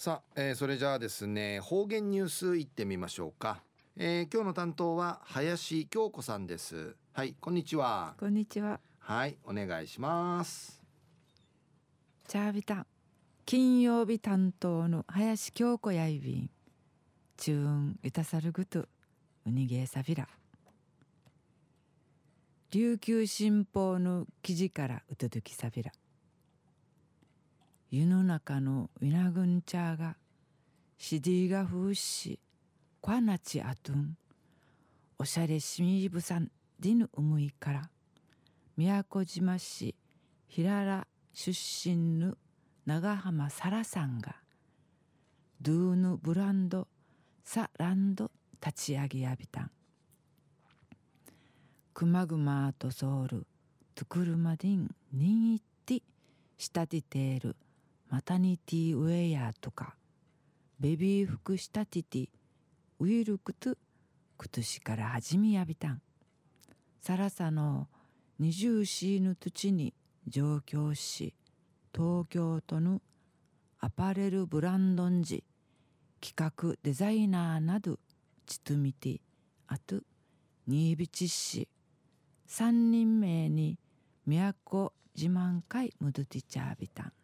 さあ、それじゃあですね、方言ニュースいってみましょうか。今日の担当は林京子さんです。はい、こんにちは。 こんにちは。 はい、お願いします。 チャービタン金曜日担当の林京子やいびんチューンゆたさるぐとうにげえさびら琉球新報の記事からうとどきさびら湯の中のウィナグンチャーがシディが風しこなちあとんおしゃれしみぶさんディヌうむいから宮古島市平良出身の長浜サラさんがドゥーヌブランドサランド立ち上げやびたんくまぐまとソウルトゥクルマディンニンイッティ仕立てているマタニティウェアとかベビー服仕立ててウィルクト今年から始めやびたんサラサの20シーヌ土地に上京し東京都のアパレルブランドンジ企画デザイナーなどちとみてあと新ビチ市3人名に都自慢会むどてちゃびたん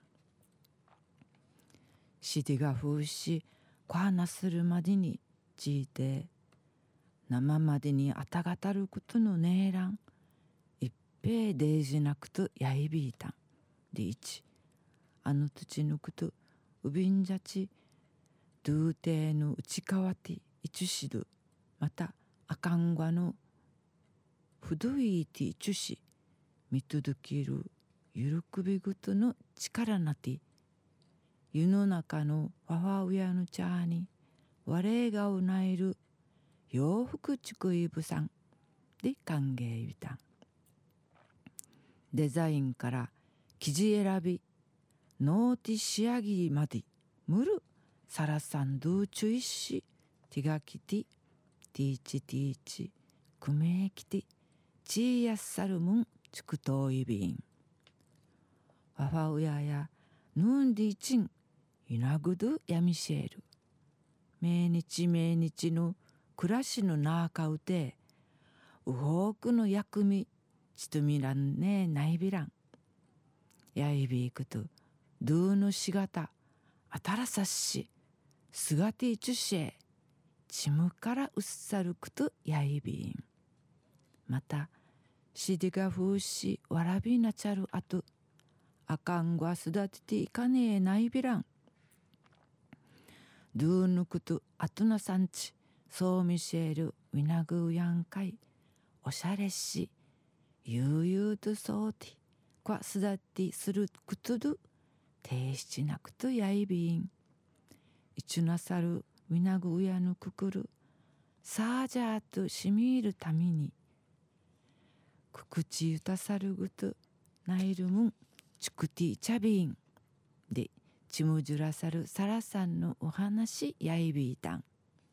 シディが風しこはなするまでにちいて生までにあたがたることのねえらん一平デージなくとやいびいたんリーチあの土のことうびんじゃちドゥーテーの内川ていちしどまたあかんがのふどいていちしみとどきるゆるくびぐとの力なて湯の中の母親の茶に我がうないる洋服ちくいぶさんで歓迎ゆたんデザインから生地選びノーティ仕上げまでむるサラサンドゥチュイシティガキティティーチティーチクメキティチーヤッサルムンチクトイビン母親やヌンディチンイナグドヤミシェル命日の暮らしの中うてうほくの役みちとみらんねえないびらんやいびいくとドゥーのしがたあたらさっしすがていちゅしえちむからうっさるくとやいびんまたしでがふうしわらびなちゃるあとあかんごあすだてていかねえないびらんドゥーヌクトアトナサンチソーミシェルウィナグーヤンカイおしゃれし悠々とそうてこわすだってするくとどていしなくとやいびんいちゅなさるウィナグーヤのくくるさあじゃーとしみいるためにくくちゆたさるぐとないるむんちくていちゃびんでちむじゅらさるさらさんのお話やいびいたん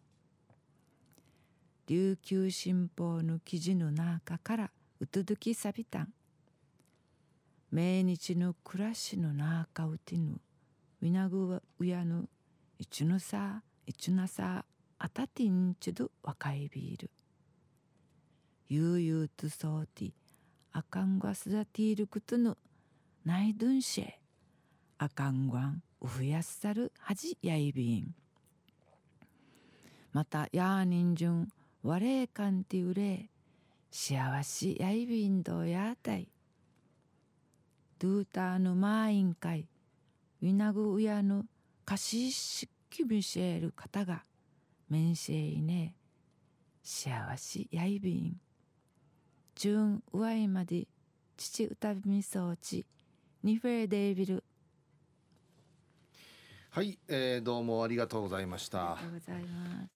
琉球新報の記事の中からうとどきさびたん命日の暮らしの中うてぬウィナグウヤのいちゅのさいちゅなさあたてんちゅどわかいびいる悠々とそうてあかんがすだていることのないどんしえあかんがんうふやすさるはじやいびんまたやーにんじゅんわれいかんてうれ幸しやいびんどうやたいドゥーターのマーイン会ウィナグウヤのカシシキビシェール方がメンシェイネ幸しやいびんジュンウワイまで父歌みそうちニフェデービルはい、どうもありがとうございました。 ありがとうございます。